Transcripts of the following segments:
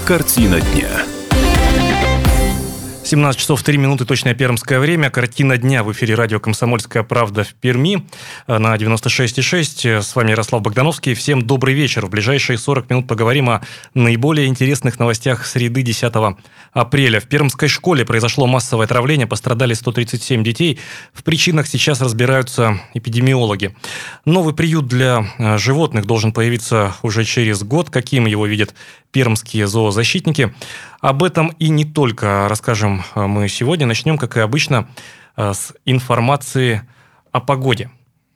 Картина дня. 17 часов 3 минуты, точное пермское время. Картина дня в эфире радио «Комсомольская правда» в Перми на 96,6. С вами Ярослав Богдановский. Всем добрый вечер. В ближайшие 40 минут поговорим о наиболее интересных новостях среды 10 апреля. В пермской школе произошло массовое отравление, пострадали 137 детей. В причинах сейчас разбираются эпидемиологи. Новый приют для животных должен появиться уже через год. Каким его видят пермские зоозащитники? Об этом и не только расскажем мы сегодня. Начнем, как и обычно, с информации о погоде.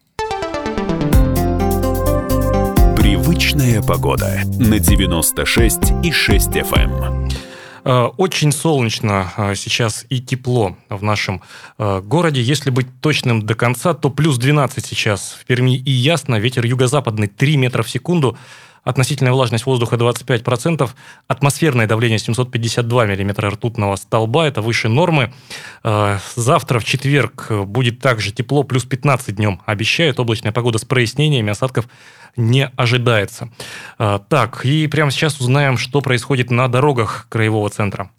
Привычная погода на 96,6 FM. Очень солнечно сейчас и тепло в нашем городе. Если быть точным до конца, то плюс 12 сейчас в Перми и ясно. Ветер юго-западный 3 метра в секунду. Относительная влажность воздуха 25%, атмосферное давление 752 миллиметра ртутного столба, это выше нормы. Завтра, в четверг, будет также тепло, плюс 15 днем обещают. Облачная погода с прояснениями, осадков не ожидается. Так, и прямо сейчас узнаем, что происходит на дорогах краевого центра.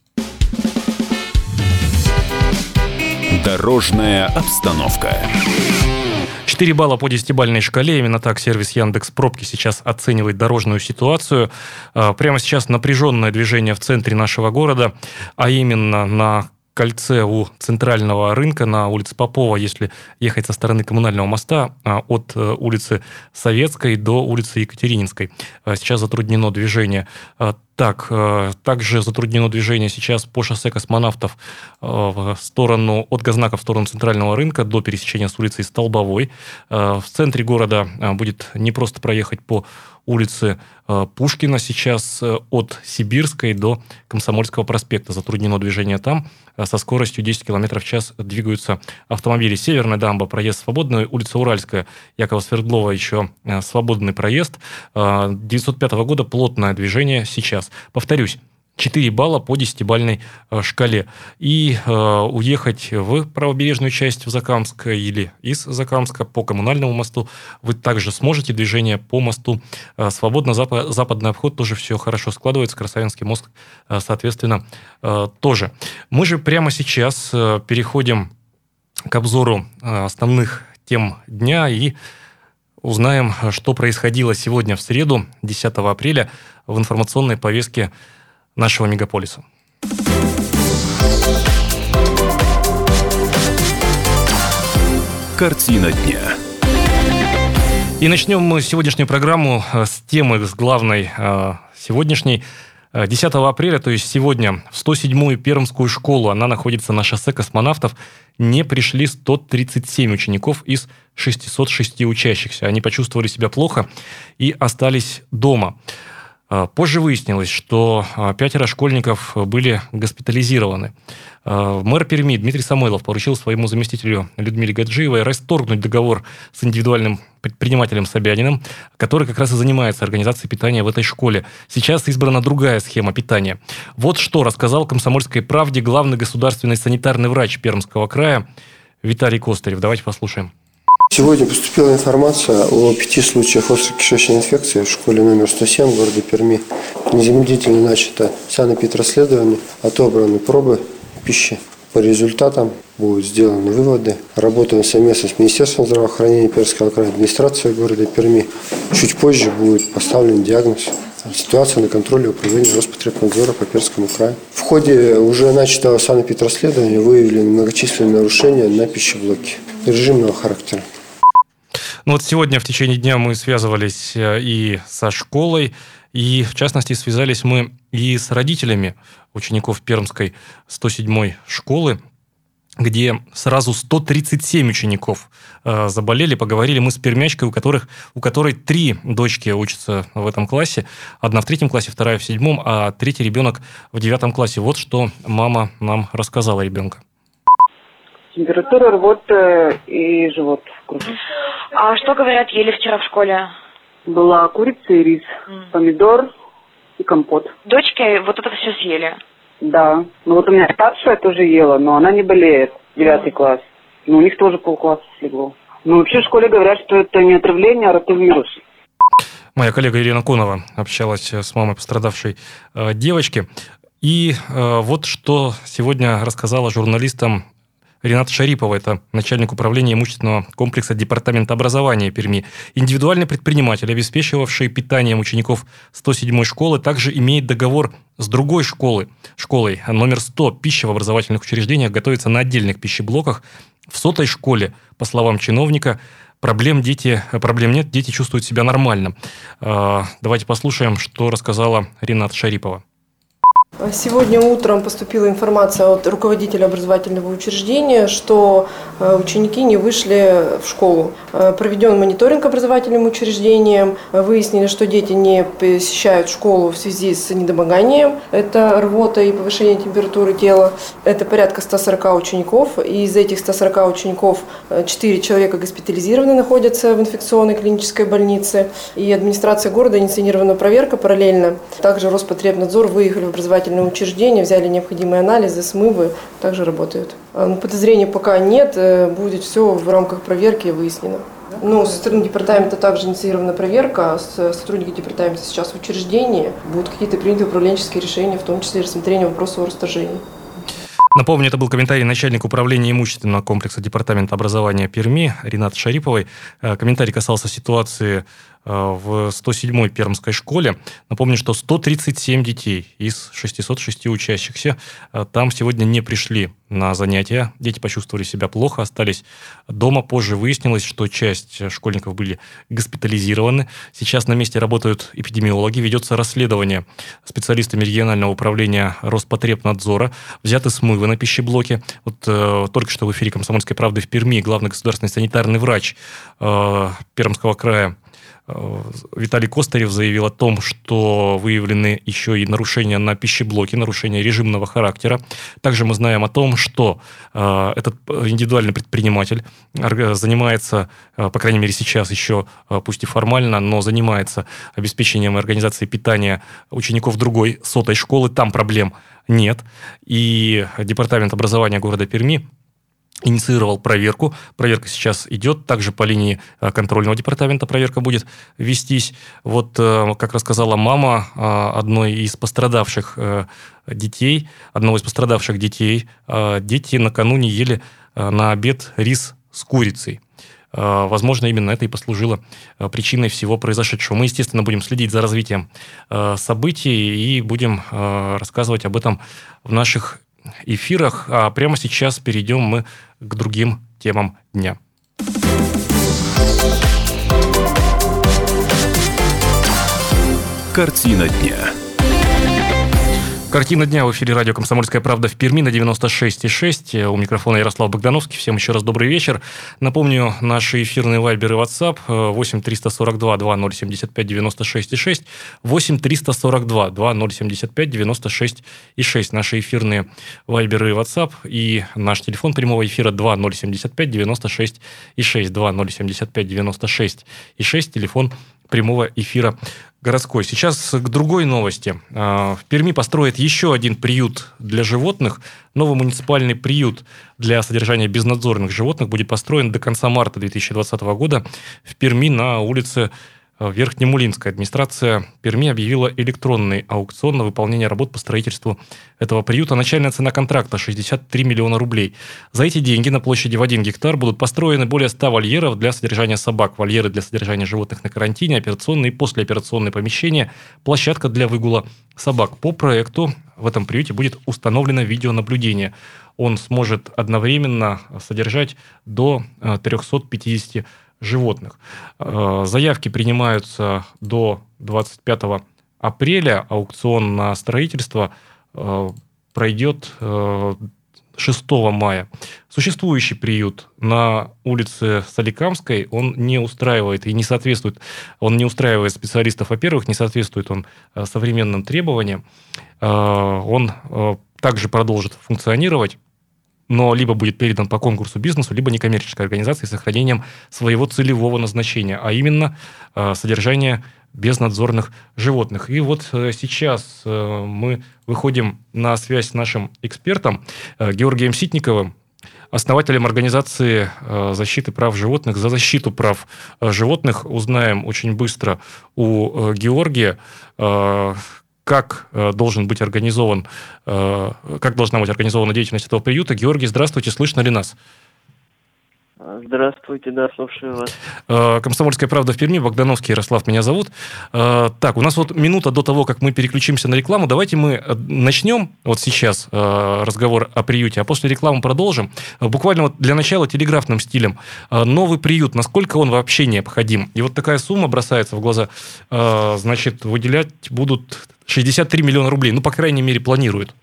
Дорожная обстановка. 4 балла по 10-бальной шкале. Именно так сервис Яндекс.Пробки сейчас оценивает дорожную ситуацию. Прямо сейчас напряженное движение в центре нашего города, а именно на кольце у центрального рынка на улице Попова, если ехать со стороны Коммунального моста, от улицы Советской до улицы Екатерининской. Сейчас затруднено движение. Также затруднено движение сейчас по шоссе Космонавтов в сторону, от Газнака в сторону центрального рынка до пересечения с улицей Столбовой. В центре города будет непросто проехать по улице Пушкина сейчас от Сибирской до Комсомольского проспекта. Затруднено движение там. Со скоростью 10 км в час двигаются автомобили. Северная дамба, проезд свободный. Улица Уральская, Якова Свердлова еще свободный проезд. 905 года плотное движение сейчас. Повторюсь, 4 балла по 10-бальной шкале. И уехать в правобережную часть в Закамск или из Закамска по Коммунальному мосту вы также сможете. Движение по мосту свободно. Западный обход тоже все хорошо складывается. Красавинский мост, соответственно, тоже. Мы же прямо сейчас переходим к обзору основных тем дня и узнаем, что происходило сегодня в среду, 10 апреля, в информационной повестке нашего мегаполиса. Картина дня. И начнем мы сегодняшнюю программу с темы, с главной сегодняшней. 10 апреля, то есть сегодня, в 107-ю Пермскую школу, она находится на шоссе Космонавтов, не пришли 137 учеников из 606 учащихся. Они почувствовали себя плохо и остались дома. Позже выяснилось, что 5 школьников были госпитализированы. Мэр Перми Дмитрий Самойлов поручил своему заместителю Людмиле Гаджиевой расторгнуть договор с индивидуальным предпринимателем Собяниным, который как раз и занимается организацией питания в этой школе. Сейчас избрана другая схема питания. Вот что рассказал «Комсомольской правде» главный государственный санитарный врач Пермского края Виталий Костырев. Давайте послушаем. Сегодня поступила информация о 5 случаях острой кишечной инфекции в школе номер 107 в городе Перми. Незамедлительно начато санэпидрасследование, отобраны пробы пищи. По результатам будут сделаны выводы. Работаем совместно с Министерством здравоохранения Пермского края, администрацией города Перми. Чуть позже будет поставлен диагноз. Ситуация на контроле управления Роспотребнадзора по Пермскому краю. В ходе уже начатого санэпидрасследования выявлены многочисленные нарушения на пищеблоке режимного характера. Ну вот сегодня в течение дня мы связывались и со школой, и в частности связались мы и с родителями учеников Пермской 107-й школы, где сразу 137 учеников заболели. Поговорили мы с пермячкой, у которой 3 дочки учатся в этом классе. Одна в 3 классе, вторая в 7, а 3-й ребенок в 9 классе. Вот что мама нам рассказала ребенка. Температура, рвота и живот кружится. А что, говорят, ели вчера в школе? Была курица и рис, помидор и компот. Дочки вот это все съели? Да. Ну вот у меня старшая тоже ела, но она не болеет, 9 класс. Но у них тоже полкласса слегло. Ну вообще в школе говорят, что это не отравление, а ротавирус. Моя коллега Елена Конова общалась с мамой пострадавшей девочки. И вот что сегодня рассказала журналистам Рената Шарипова, это начальник управления имущественного комплекса Департамента образования Перми. Индивидуальный предприниматель, обеспечивавший питанием учеников 107-й школы, также имеет договор с другой школой номер 100. Пища в образовательных учреждениях готовится на отдельных пищеблоках. В 100-й школе, по словам чиновника, проблем нет, дети чувствуют себя нормально. Давайте послушаем, что рассказала Рената Шарипова. Сегодня утром поступила информация от руководителя образовательного учреждения, что ученики не вышли в школу. Проведен мониторинг образовательным учреждением. Выяснили, что дети не посещают школу в связи с недомоганием. Это рвота и повышение температуры тела. Это порядка 140 учеников. И из этих 140 учеников 4 человека госпитализированы, находятся в инфекционной клинической больнице. И администрация города инициирована проверка параллельно. Также Роспотребнадзор выехали в образовательные учреждения, взяли необходимые анализы, смывы, также работают. Подозрений пока нет, будет все в рамках проверки выяснено. Со стороны департамента также инициирована проверка, сотрудники департамента сейчас в учреждении, будут какие-то приняты управленческие решения, в том числе рассмотрение вопроса о расторжении. Напомню, это был комментарий начальника управления имущественного комплекса Департамента образования Перми Ренаты Шариповой. Комментарий касался ситуации в 107-й пермской школе. Напомню, что 137 детей из 606 учащихся там сегодня не пришли на занятия. Дети почувствовали себя плохо, остались дома. Позже выяснилось, что часть школьников были госпитализированы. Сейчас на месте работают эпидемиологи. Ведется расследование специалистами регионального управления Роспотребнадзора. Взяты смывы на пищеблоке. Только что в эфире «Комсомольской правды» в Перми главный государственный санитарный врач Пермского края Виталий Костарев заявил о том, что выявлены еще и нарушения на пищеблоке, нарушения режимного характера. Также мы знаем о том, что этот индивидуальный предприниматель занимается, по крайней мере сейчас еще, пусть и формально, но занимается обеспечением и организацией питания учеников другой 100-й школы. Там проблем нет. И Департамент образования города Перми инициировал проверку. Проверка сейчас идет. Также по линии контрольного департамента проверка будет вестись. Как рассказала мама одного из пострадавших детей, дети накануне ели на обед рис с курицей. Возможно, именно это и послужило причиной всего произошедшего. Мы, естественно, будем следить за развитием событий и будем рассказывать об этом в наших эфирах. А прямо сейчас перейдем мы к другим темам дня. Картина дня. Картина дня в эфире радио «Комсомольская правда» в Перми на 96,6. У микрофона Ярослав Богдановский. Всем еще раз добрый вечер. Напомню, наши эфирные вайберы WhatsApp 8 342 2075 96,6, 8 342 2075 96,6. Наши эфирные вайберы WhatsApp и наш телефон прямого эфира 2075 96,6, 2075 96,6, телефон прямого эфира городской. Сейчас к другой новости. В Перми построят еще один приют для животных. Новый муниципальный приют для содержания безнадзорных животных будет построен до конца марта 2020 года в Перми на улице Верхнемулинская. Администрация Перми объявила электронный аукцион на выполнение работ по строительству этого приюта. Начальная цена контракта 63 миллиона рублей. За эти деньги на площади в 1 гектар будут построены более 100 вольеров для содержания собак, вольеры для содержания животных на карантине, операционные и послеоперационные помещения, площадка для выгула собак. По проекту в этом приюте будет установлено видеонаблюдение. Он сможет одновременно содержать до 350 животных. Заявки принимаются до 25 апреля. Аукцион на строительство пройдет 6 мая. Существующий приют на улице Соликамской, он не устраивает и не соответствует, он не устраивает специалистов, во-первых, не соответствует он современным требованиям. Он также продолжит функционировать, но либо будет передан по конкурсу бизнесу, либо некоммерческой организации с сохранением своего целевого назначения, а именно содержание безнадзорных животных. И вот сейчас мы выходим на связь с нашим экспертом Георгием Ситниковым, основателем организации защиты прав животных, за защиту прав животных. Узнаем очень быстро у Георгия, как должна быть организована деятельность этого приюта. Георгий, здравствуйте, слышно ли нас? Здравствуйте, да, слушаю вас. «Комсомольская правда» в Перми, Богдановский Ярослав меня зовут. Так, у нас вот минута до того, как мы переключимся на рекламу. Давайте мы начнем вот сейчас разговор о приюте, а после рекламы продолжим. Буквально вот для начала телеграфным стилем. Новый приют, насколько он вообще необходим? И вот такая сумма бросается в глаза. Значит, выделять будут 63 миллиона рублей. Ну, по крайней мере, планируют.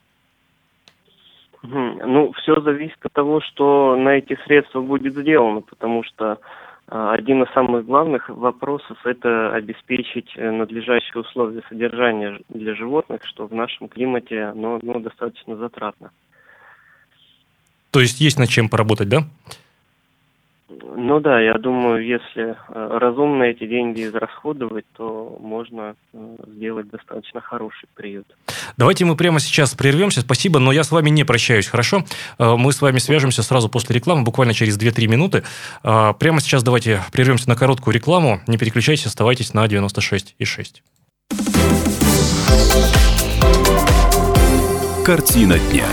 Ну, все зависит от того, что на эти средства будет сделано, потому что один из самых главных вопросов – это обеспечить надлежащие условия содержания для животных, что в нашем климате оно достаточно затратно. То есть есть над чем поработать, да? Ну да, я думаю, если разумно эти деньги израсходовать, то можно сделать достаточно хороший приют. Давайте мы прямо сейчас прервемся. Спасибо, но я с вами не прощаюсь, хорошо? Мы с вами свяжемся сразу после рекламы, буквально через 2-3 минуты. Прямо сейчас давайте прервемся на короткую рекламу. Не переключайтесь, оставайтесь на 96,6. Картина дня.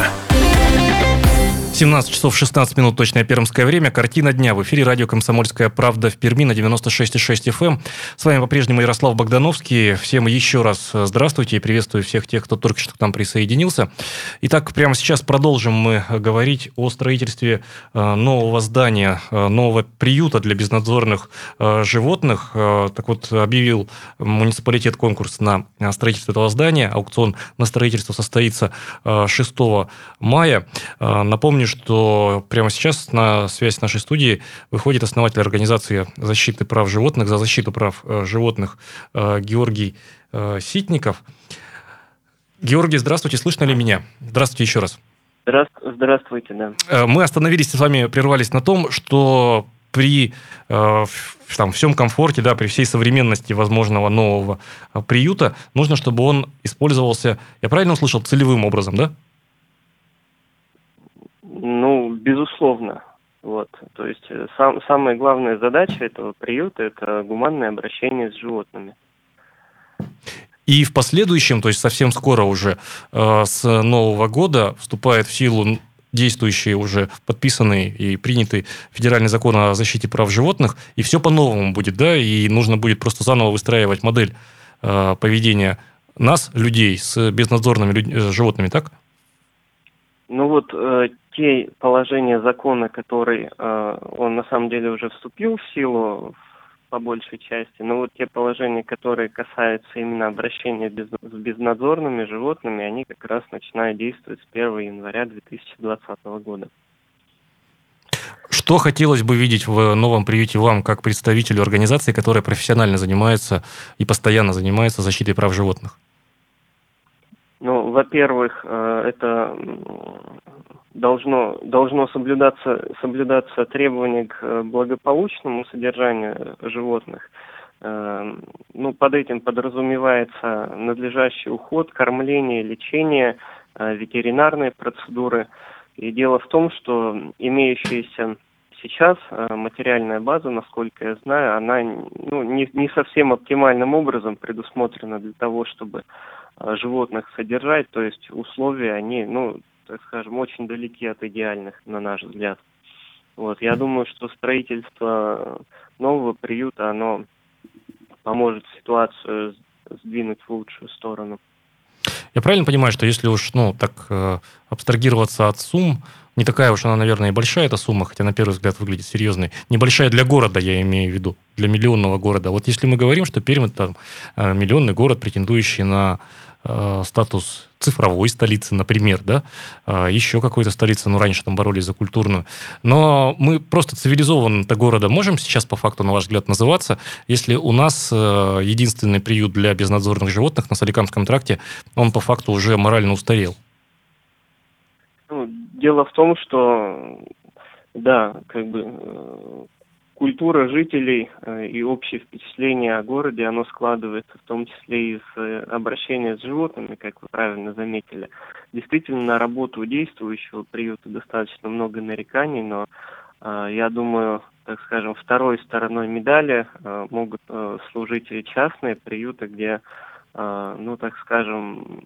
17 часов 16 минут, точное пермское время. Картина дня. В эфире радио «Комсомольская правда» в Перми на 96,6 FM. С вами по-прежнему Ярослав Богдановский. Всем еще раз здравствуйте и приветствую всех тех, кто только что к нам присоединился. Итак, прямо сейчас продолжим мы говорить о строительстве нового здания, нового приюта для безнадзорных животных. Так вот, объявил муниципалитет конкурс на строительство этого здания. Аукцион на строительство состоится 6 мая. Напомню, что прямо сейчас на связь с нашей студией выходит основатель организации защиты прав животных, за защиту прав животных Георгий Ситников. Георгий, здравствуйте, слышно ли меня? Здравствуйте еще раз. Здравствуйте, да. Мы остановились с вами, прервались на том, что при всем комфорте, да, при всей современности возможного нового приюта нужно, чтобы он использовался, я правильно услышал, целевым образом, да? Ну, безусловно. Вот. То есть самая главная задача этого приюта – это гуманное обращение с животными. И в последующем, то есть совсем скоро уже, с Нового года вступает в силу действующий уже подписанный и принятый федеральный закон о защите прав животных, и все по-новому будет, да, и нужно будет просто заново выстраивать модель поведения нас, людей, с безнадзорными животными, так? Ну вот те положения закона, который он на самом деле уже вступил в силу по большей части, но вот те положения, которые касаются именно обращения с безнадзорными животными, они как раз начинают действовать с 1 января 2020 года. Что хотелось бы видеть в новом приюте вам, как представителю организации, которая профессионально занимается и постоянно занимается защитой прав животных? Ну, во-первых, это должно соблюдаться требования к благополучному содержанию животных. Ну, под этим подразумевается надлежащий уход, кормление, лечение, ветеринарные процедуры. И дело в том, что имеющаяся сейчас материальная база, насколько я знаю, она не совсем оптимальным образом предусмотрена для того, чтобы животных содержать, то есть условия, они, так скажем, очень далеки от идеальных, на наш взгляд. Вот, я думаю, что строительство нового приюта, оно поможет ситуацию сдвинуть в лучшую сторону. Я правильно понимаю, что если уж, так абстрагироваться от сумм, не такая уж она, наверное, и большая эта сумма, хотя на первый взгляд выглядит серьезной. Небольшая для города, я имею в виду, для миллионного города. Вот если мы говорим, что Пермь – это миллионный город, претендующий на статус цифровой столицы, например, да, еще какой-то столицы, раньше там боролись за культурную. Но мы просто цивилизованным-то городом можем сейчас по факту, на ваш взгляд, называться, если у нас единственный приют для безнадзорных животных на Соликамском тракте, он по факту уже морально устарел? Дело в том, что, да, культура жителей и общее впечатление о городе, оно складывается в том числе из обращения с животными, как вы правильно заметили. Действительно, на работу действующего приюта достаточно много нареканий, но я думаю, так скажем, второй стороной медали могут служить и частные приюты, где, ну, так скажем,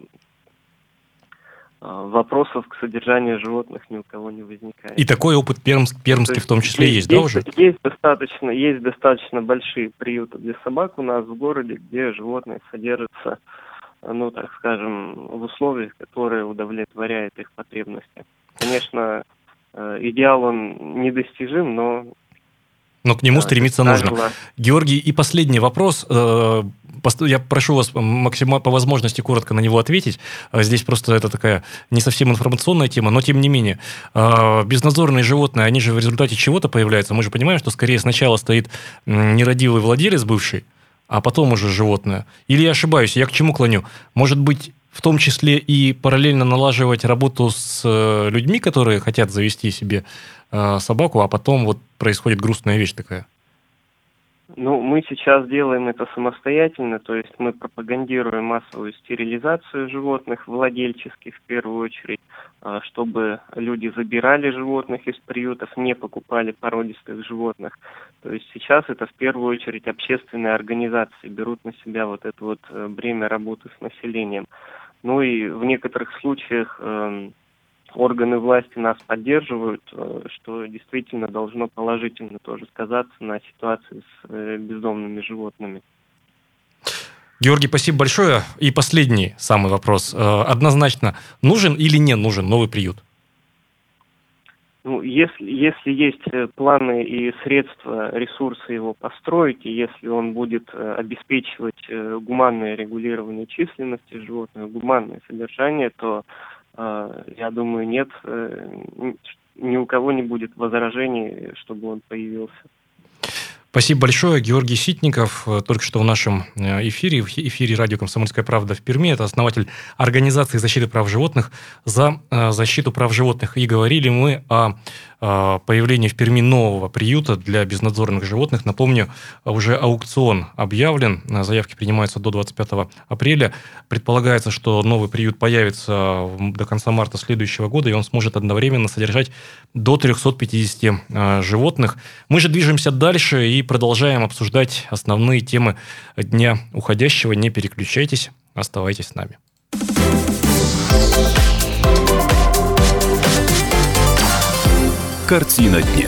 вопросов к содержанию животных ни у кого не возникает. И такой опыт пермский в том числе есть, да, уже? Есть достаточно большие приюты для собак у нас в городе, где животные содержатся, ну, так скажем, в условиях, которые удовлетворяют их потребности. Конечно, идеал он недостижим, но к нему стремиться нужно. Георгий, и последний вопрос. Я прошу вас максимально по возможности коротко на него ответить. Здесь просто это такая не совсем информационная тема, но тем не менее. Безнадзорные животные, они же в результате чего-то появляются. Мы же понимаем, что скорее сначала стоит нерадивый владелец бывший, а потом уже животное. Или я ошибаюсь? Я к чему клоню? Может быть, в том числе и параллельно налаживать работу с людьми, которые хотят завести себе собаку, а потом вот происходит грустная вещь такая? Ну, мы сейчас делаем это самостоятельно, то есть мы пропагандируем массовую стерилизацию животных, владельческих в первую очередь, чтобы люди забирали животных из приютов, не покупали породистых животных. То есть сейчас это в первую очередь общественные организации берут на себя вот это вот бремя работы с населением. Ну и в некоторых случаях органы власти нас поддерживают, что действительно должно положительно тоже сказаться на ситуации с бездомными животными. Георгий, спасибо большое. И последний самый вопрос. Однозначно, нужен или не нужен новый приют? Ну, если есть планы и средства, ресурсы его построить, и если он будет обеспечивать гуманное регулирование численности животных, гуманное содержание, то я думаю, нет, ни у кого не будет возражений, чтобы он появился. Спасибо большое. Георгий Ситников, только что в нашем эфире радио «Комсомольская правда» в Перми. Это основатель Организации защиты прав животных «За защиту прав животных». И говорили мы о появлении в Перми нового приюта для безнадзорных животных. Напомню, уже аукцион объявлен. Заявки принимаются до 25 апреля. Предполагается, что новый приют появится до конца марта следующего года, и он сможет одновременно содержать до 350 животных. Мы же движемся дальше и продолжаем обсуждать основные темы дня уходящего. Не переключайтесь, оставайтесь с нами. Картина дня.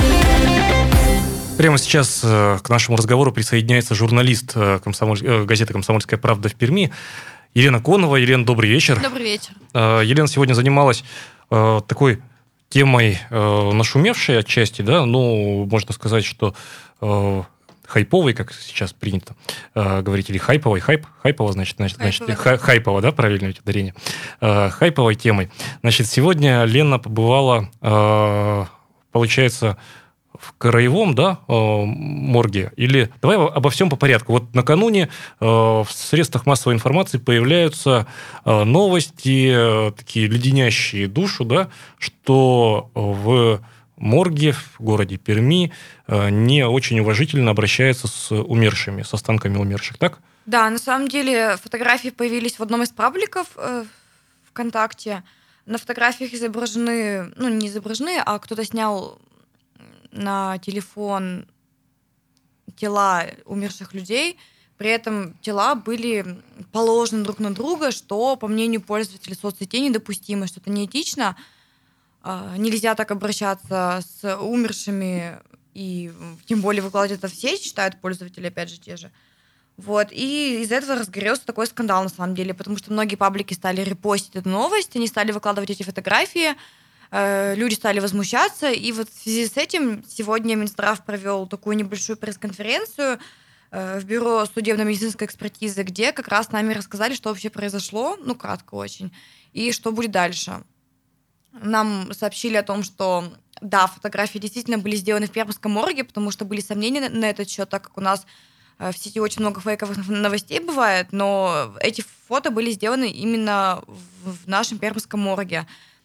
Прямо сейчас к нашему разговору присоединяется журналист газеты «Комсомольская правда» в Перми Елена Конова. Елена, добрый вечер. Добрый вечер. Елена сегодня занималась такой темой нашумевшей отчасти, да, ну, можно сказать, что хайповой, как сейчас принято говорить, или хайповой, хайпово, значит, хайпово, да, правильно ведь ударение, хайповой темой. Значит, сегодня Лена побывала, получается, в краевом, да, морге, или давай обо всем по порядку. Вот накануне в средствах массовой информации появляются новости, такие леденящие душу, да, что в морге в городе Перми не очень уважительно обращаются с умершими, с останками умерших, так? Да, на самом деле фотографии появились в одном из пабликов ВКонтакте. На фотографиях изображены, ну, не изображены, а кто-то снял на телефон тела умерших людей. При этом тела были положены друг на друга, что, по мнению пользователей соцсетей, недопустимо, что это неэтично. Нельзя так обращаться с умершими, и тем более выкладывать это в сеть, считают пользователи, опять же, те же. Вот. И из-за этого разгорелся такой скандал, на самом деле, потому что многие паблики стали репостить эту новость, они стали выкладывать эти фотографии, люди стали возмущаться, и вот в связи с этим сегодня Минздрав провел такую небольшую пресс-конференцию в бюро судебно-медицинской экспертизы, где как раз нами рассказали, что вообще произошло, ну, кратко очень, и что будет дальше. Нам сообщили о том, что, да, фотографии действительно были сделаны в Пермском морге, потому что были сомнения на этот счет, так как у нас в сети очень много фейковых новостей бывает, но эти фото были сделаны именно в нашем Пермском морге.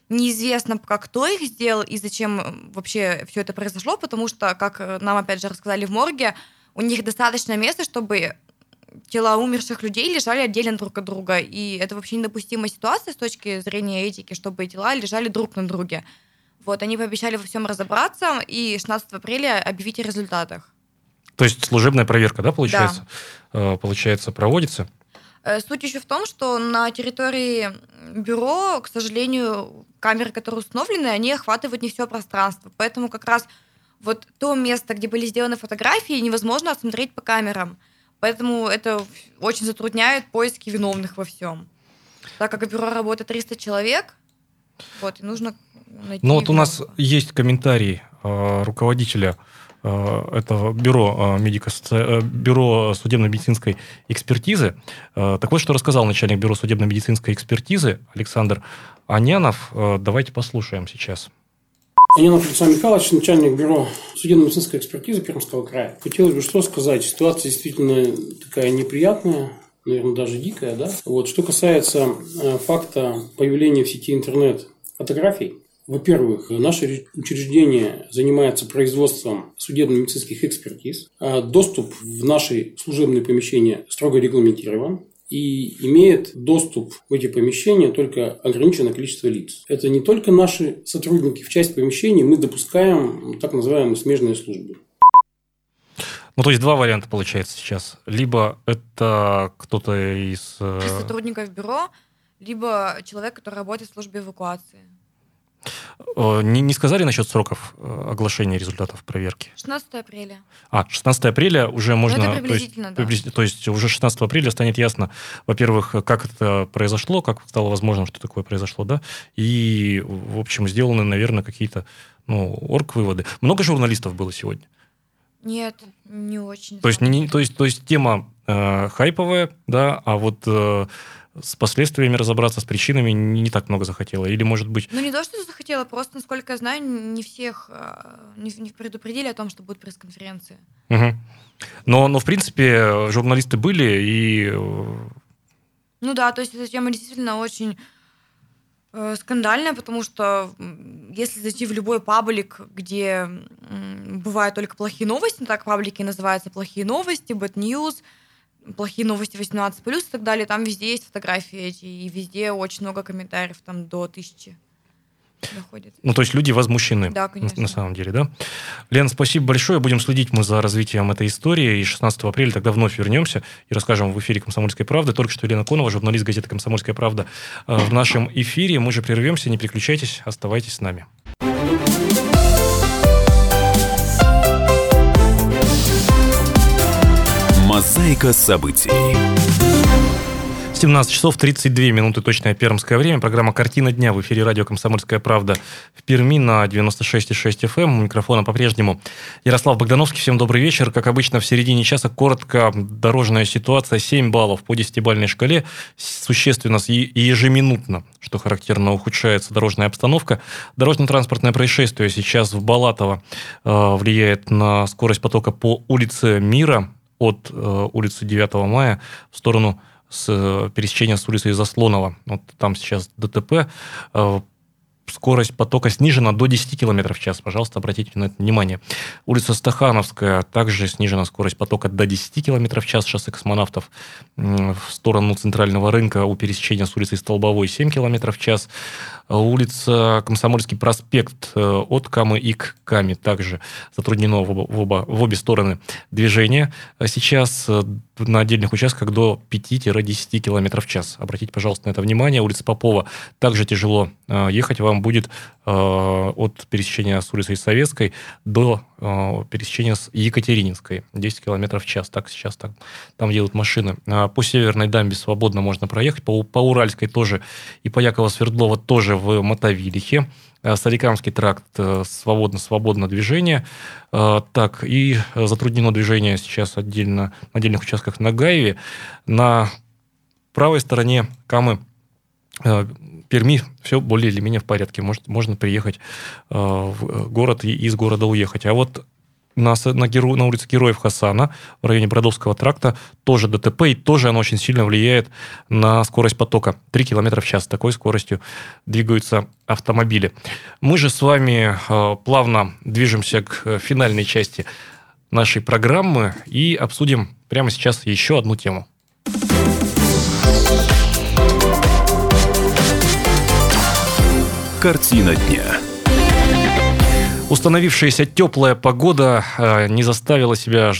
Неизвестно пока, кто их сделал и зачем вообще все это произошло, потому что, как нам опять же рассказали в морге, у них достаточно места, чтобы тела умерших людей лежали отдельно друг от друга. И это вообще недопустимая ситуация с точки зрения этики, чтобы тела лежали друг на друге. Вот, они пообещали во всем разобраться и 16 апреля объявить о результатах. То есть служебная проверка, да, получается? Да. Получается, проводится? Суть еще в том, что на территории бюро, к сожалению, камеры, которые установлены, они охватывают не все пространство. Поэтому как раз вот то место, где были сделаны фотографии, невозможно осмотреть по камерам. Поэтому это очень затрудняет поиски виновных во всем. Так как в бюро работает 300 человек, вот, и нужно найти... Ну вот у нас есть комментарий руководителя этого бюро, бюро судебно-медицинской экспертизы. Так вот, что рассказал начальник бюро судебно-медицинской экспертизы Александр Анянов. Давайте послушаем сейчас. Анянов Александр Михайлович, начальник бюро судебно-медицинской экспертизы Пермского края. Хотелось бы что сказать. Ситуация действительно такая неприятная, наверное, даже дикая. Да? Вот. Что касается факта появления в сети интернет фотографий, во-первых, наше учреждение занимается производством судебно-медицинских экспертиз. Доступ в наши служебные помещения строго регламентирован. И имеет доступ в эти помещения только ограниченное количество лиц. Это не только наши сотрудники. В часть помещений мы допускаем так называемые смежные службы. Ну, то есть два варианта получается сейчас. Либо это кто-то из сотрудников бюро, либо человек, который работает в службе эвакуации. Не сказали насчет сроков оглашения результатов проверки? 16 апреля. 16 апреля уже можно... Это приблизительно, да. То есть уже 16 апреля станет ясно, во-первых, как это произошло, как стало возможным, что такое произошло, да, и, в общем, сделаны, наверное, какие-то, орг-выводы. Много журналистов было сегодня? Нет, не очень. То есть тема хайповая, да, а вот... с последствиями разобраться, с причинами не так много захотела? Или, может быть... Не то, что захотела, просто, насколько я знаю, не всех не предупредили о том, что будет пресс-конференция. Угу. Но, в принципе, журналисты были и... То есть эта тема действительно очень скандальная, потому что если зайти в любой паблик, где бывают только плохие новости, так паблики называются «Плохие новости», «Bad News», плохие новости 18+, и так далее, там везде есть фотографии эти, и везде очень много комментариев, там до 1000 доходит. То есть люди возмущены. Да, конечно. На самом деле, да? Лен, спасибо большое. Будем следить мы за развитием этой истории. И 16 апреля тогда вновь вернемся и расскажем в эфире «Комсомольской правды». Только что Елена Конова, журналист газеты «Комсомольская правда», в нашем эфире. Мы же прервемся. Не переключайтесь, оставайтесь с нами. Мозаика событий. 17 часов 32 минуты, точное пермское время. Программа «Картина дня» в эфире радио «Комсомольская правда» в Перми на 96,6 FM. У микрофона по-прежнему Ярослав Богдановский. Всем добрый вечер. Как обычно, в середине часа коротко дорожная ситуация. 7 баллов по 10-бальной шкале. Существенно и ежеминутно, что характерно, ухудшается дорожная обстановка. Дорожно-транспортное происшествие сейчас в Балатово влияет на скорость потока по улице Мира от улицы 9 мая в сторону пересечения с улицей Заслонова. Вот там сейчас ДТП. Скорость потока снижена до 10 км в час. Пожалуйста, обратите на это внимание. Улица Стахановская. Также снижена скорость потока до 10 км в час. Шоссе Космонавтов в сторону Центрального рынка у пересечения с улицей Столбовой 7 км в час. Улица Комсомольский проспект от Камы и к Каме. Также затруднено в обе стороны движение. Сейчас на отдельных участках до 5-10 км в час. Обратите, пожалуйста, на это внимание. Улица Попова. Также тяжело ехать вам будет от пересечения с улицей Советской до пересечения с Екатерининской. 10 км в час. Так сейчас там едут машины. По Северной дамбе свободно можно проехать. По Уральской тоже. И по Якова-Свердлова тоже в Мотовилихе. Соликамский тракт свободно движение. Так, и затруднено движение сейчас на отдельных участках на Гаеве. На правой стороне Камы Перми все более или менее в порядке. Можно приехать в город и из города уехать. А вот на улице Героев Хасана в районе Бродовского тракта тоже ДТП, и тоже оно очень сильно влияет на скорость потока. 3 км в час. С такой скоростью двигаются автомобили. Мы же с вами плавно движемся к финальной части нашей программы и обсудим прямо сейчас еще одну тему. Картина дня. Установившаяся теплая погода не заставила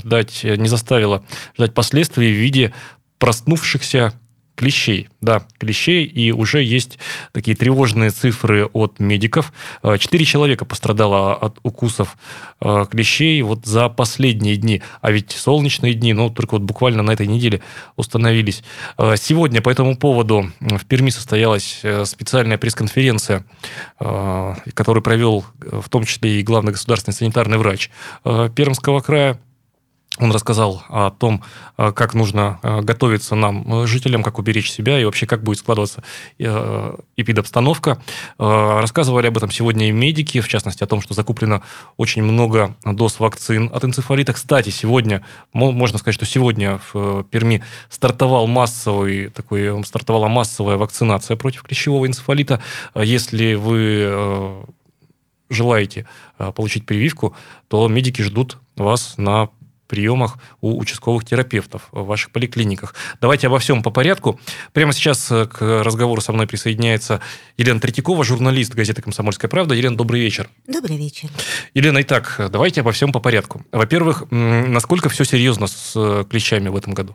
ждать последствий в виде проснувшихся клещей. Да, клещей, и уже есть такие тревожные цифры от медиков. 4 человека пострадало от укусов клещей вот за последние дни. А ведь солнечные дни, только вот буквально на этой неделе установились. Сегодня по этому поводу в Перми состоялась специальная пресс-конференция, которую провел в том числе и главный государственный санитарный врач Пермского края. Он рассказал о том, как нужно готовиться нам, жителям, как уберечь себя и вообще как будет складываться эпидобстановка. Рассказывали об этом сегодня и медики, в частности, о том, что закуплено очень много доз вакцин от энцефалита. Кстати, сегодня, можно сказать, что сегодня в Перми стартовала массовая вакцинация против клещевого энцефалита. Если вы желаете получить прививку, то медики ждут вас на приемах у участковых терапевтов в ваших поликлиниках. Давайте обо всем по порядку. Прямо сейчас к разговору со мной присоединяется Елена Третьякова, журналист газеты «Комсомольская правда». Елена, добрый вечер. Добрый вечер. Елена, итак, давайте обо всем по порядку. Во-первых, насколько все серьезно с клещами в этом году?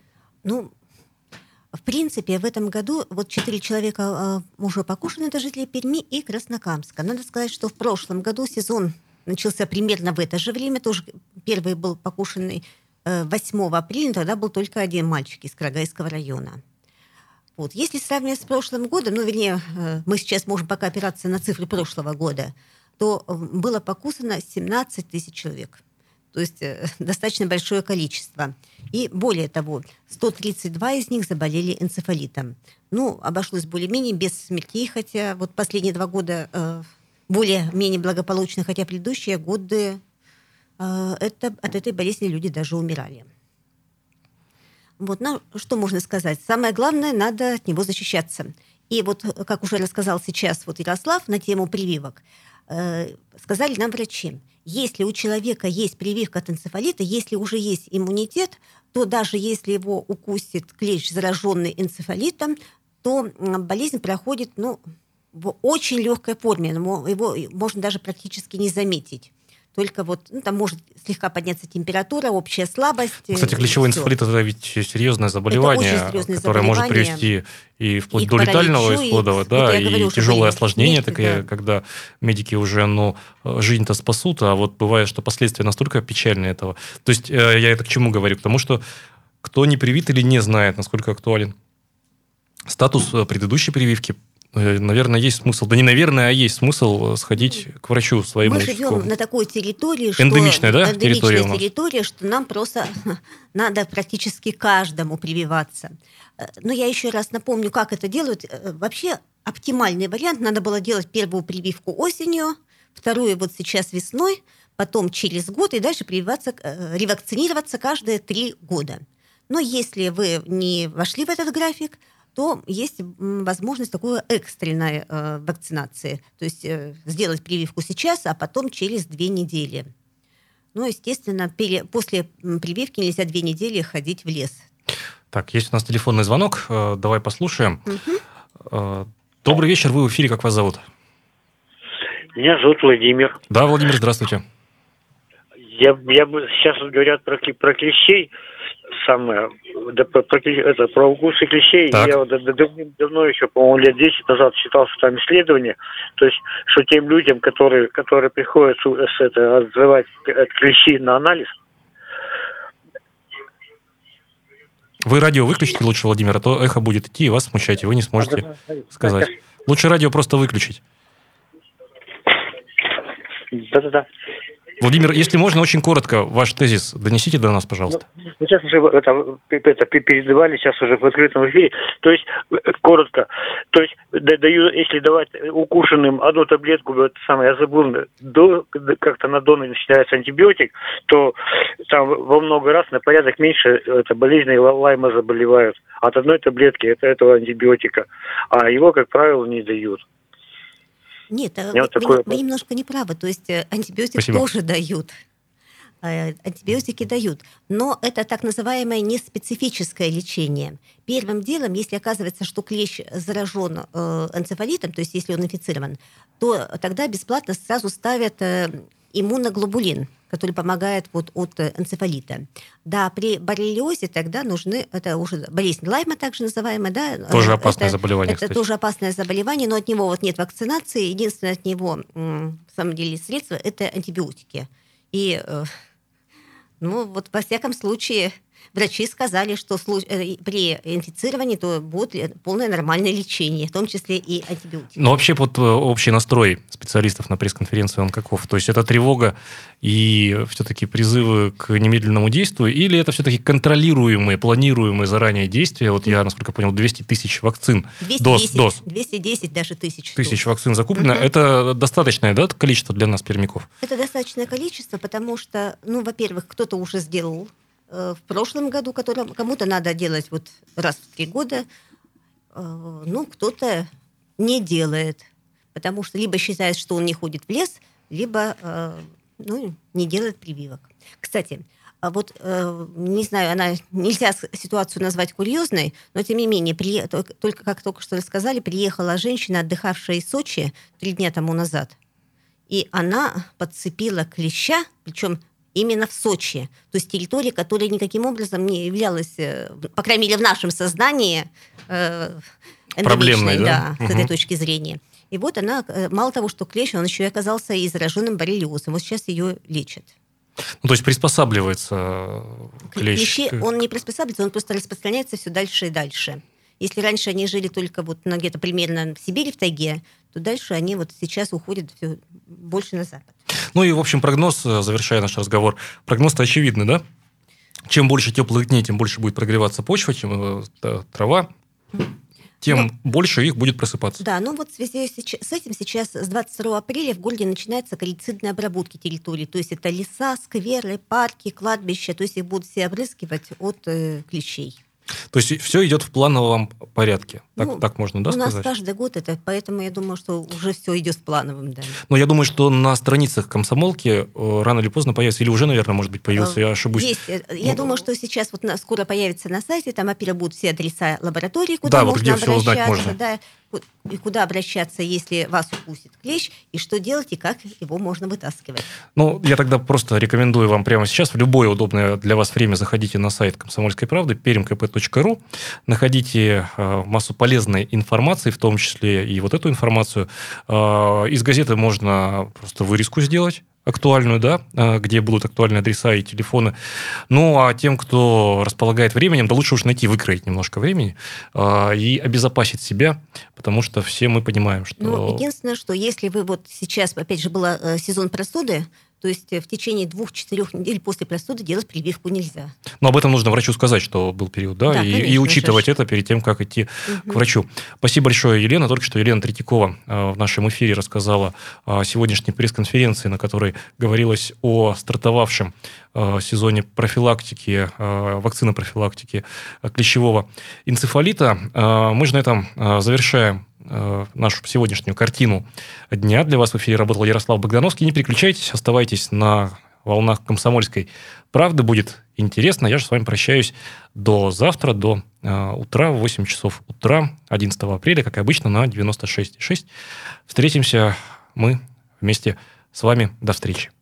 В принципе, в этом году 4 человека уже покушены, это жители Перми и Краснокамска. Надо сказать, что в прошлом году сезон начался примерно в это же время. Тоже первый был покушенный 8 апреля, тогда был только один мальчик из Карагайского района. Если сравнивать с прошлым годом, мы сейчас можем пока опираться на цифры прошлого года, то было покусано 17 тысяч человек. То есть достаточно большое количество. И более того, 132 из них заболели энцефалитом. Обошлось более-менее без смертей, хотя последние 2 года более-менее благополучно, хотя предыдущие годы от этой болезни люди даже умирали. Что можно сказать? Самое главное, надо от него защищаться. И как уже рассказал сейчас Ярослав на тему прививок, сказали нам врачи, если у человека есть прививка от энцефалита, если уже есть иммунитет, то даже если его укусит клещ, зараженный энцефалитом, то болезнь проходит, в очень легкой форме, его можно даже практически не заметить. Только там может слегка подняться температура, общая слабость. Кстати, клещевой энцефалит – это ведь серьезное заболевание, которое может привести и вплоть до летального исхода, и тяжелое осложнение, когда медики уже жизнь-то спасут, а бывает, что последствия настолько печальные этого. То есть я это к чему говорю? К тому, что кто не привит или не знает, насколько актуален статус предыдущей прививки, наверное, есть смысл. Да не наверное, а есть смысл сходить к врачу своему. Мы живем на такой территории, что... Эндемичная, да, территория, что нам просто надо практически каждому прививаться. Но я еще раз напомню, как это делают. Вообще, оптимальный вариант. Надо было делать первую прививку осенью, вторую сейчас весной, потом через год и дальше ревакцинироваться каждые 3 года. Но если вы не вошли в этот график, то есть возможность такой экстренной вакцинации. То есть сделать прививку сейчас, а потом через 2 недели. Естественно, после прививки нельзя 2 недели ходить в лес. Так, есть у нас телефонный звонок. Давай послушаем. Добрый вечер, вы в эфире, как вас зовут? Меня зовут Владимир. Да, Владимир, здравствуйте. Сейчас говорят про клещей. Про укусы клещей. Так. Я давно еще, по-моему, лет 10 назад читал, что там исследование, то есть, что тем людям, которые приходят отзывать клещи на анализ. Вы радио выключите лучше, Владимир, а то эхо будет идти и вас смущать, и вы не сможете сказать. Лучше радио просто выключить. Да-да-да. Владимир, если можно, очень коротко ваш тезис донесите до нас, пожалуйста. Ну, сейчас уже это передавали, сейчас уже в открытом эфире. То есть, коротко, то есть, если давать укушенным одну таблетку, это самое, я забыл, как-то на до начинается антибиотик, то там во много раз на порядок меньше болезни Лайма заболевают от одной таблетки этого антибиотика. А его, как правило, не дают. Нет, вы немножко не правы. То есть антибиотики тоже дают. Антибиотики дают. Но это так называемое неспецифическое лечение. Первым делом, если оказывается, что клещ заражен энцефалитом, то есть если он инфицирован, то тогда бесплатно сразу ставят иммуноглобулин, который помогает от энцефалита. Да, при боррелиозе тогда нужны, это уже болезнь Лайма также называемая, да. Тоже опасное заболевание, кстати. Это тоже опасное заболевание, но от него нет вакцинации. Единственное от него, на самом деле, средство – это антибиотики. И, во всяком случае, врачи сказали, что при инфицировании то будет полное нормальное лечение, в том числе и антибиотики. Но вообще общий настрой специалистов на пресс-конференции, он каков? То есть это тревога и все-таки призывы к немедленному действию, или это все-таки контролируемые, планируемые заранее действия? Вот я, насколько понял, 200 тысяч вакцин, 210 даже тысяч. Тысяч вакцин закуплено. Это достаточное, да, количество для нас, пермяков? Это достаточное количество, потому что, во-первых, кто-то уже сделал в прошлом году, кому-то надо делать раз в 3 года, кто-то не делает, потому что либо считает, что он не ходит в лес, либо не делает прививок. Кстати, не знаю, нельзя ситуацию назвать курьезной, но тем не менее, как только что рассказали, приехала женщина, отдыхавшая из Сочи 3 дня тому назад, и она подцепила клеща, причем именно в Сочи, то есть территория, которая никаким образом не являлась, по крайней мере, в нашем сознании проблемной, да, с этой точки зрения. И она, мало того, что клещ, он еще и оказался и зараженным боррелиозом. Вот сейчас ее лечат. То есть приспосабливается клещ? Клещи, он не приспосабливается, он просто распространяется все дальше и дальше. Если раньше они жили только где-то примерно в Сибири, в тайге, то дальше они сейчас уходят все больше на запад. И, в общем, прогноз, завершая наш разговор, прогноз-то очевидный, да? Чем больше теплых дней, тем больше будет прогреваться почва, чем трава, тем больше их будет просыпаться. Да, в связи с этим сейчас с 22 апреля в городе начинается коррекцидная обработка территории. То есть это леса, скверы, парки, кладбища. То есть их будут все обрызгивать от клещей. То есть все идет в плановом порядке. Так можно, да, сказать? У нас каждый год это, поэтому я думаю, что уже все идет плановым. Да. Но я думаю, что на страницах комсомолки рано или поздно появится, или уже, наверное, может быть, появился, я ошибусь. Есть. Я думаю, что сейчас скоро появится на сайте, там, во-первых, будут все адреса лабораторий, куда можно где все узнать можно. Да, и куда обращаться, если вас укусит клещ, и что делать, и как его можно вытаскивать. Я тогда просто рекомендую вам прямо сейчас в любое удобное для вас время заходите на сайт «Комсомольской правды», permkp.ru, находите массу полезной информации, в том числе и эту информацию. Из газеты можно просто вырезку сделать, актуальную, да, где будут актуальные адреса и телефоны. А тем, кто располагает временем, да лучше уж выкроить немножко времени и обезопасить себя, потому что все мы понимаем, что... Единственное, что если вы сейчас, опять же, был сезон простуды, то есть в течение 2-4 недель после простуды делать прививку нельзя. Но об этом нужно врачу сказать, что был период, да, и учитывать это перед тем, как идти к врачу. Спасибо большое, Елена. Только что Елена Третьякова в нашем эфире рассказала о сегодняшней пресс-конференции, на которой говорилось о стартовавшем сезоне профилактики, вакцины профилактики клещевого энцефалита. Мы же на этом завершаем нашу сегодняшнюю картину дня. Для вас в эфире работал Ярослав Богдановский. Не переключайтесь, оставайтесь на волнах «Комсомольской правды». Будет интересно. Я же с вами прощаюсь до завтра, до утра, в 8 часов утра, 11 апреля, как обычно, на 96,6. Встретимся мы вместе с вами. До встречи.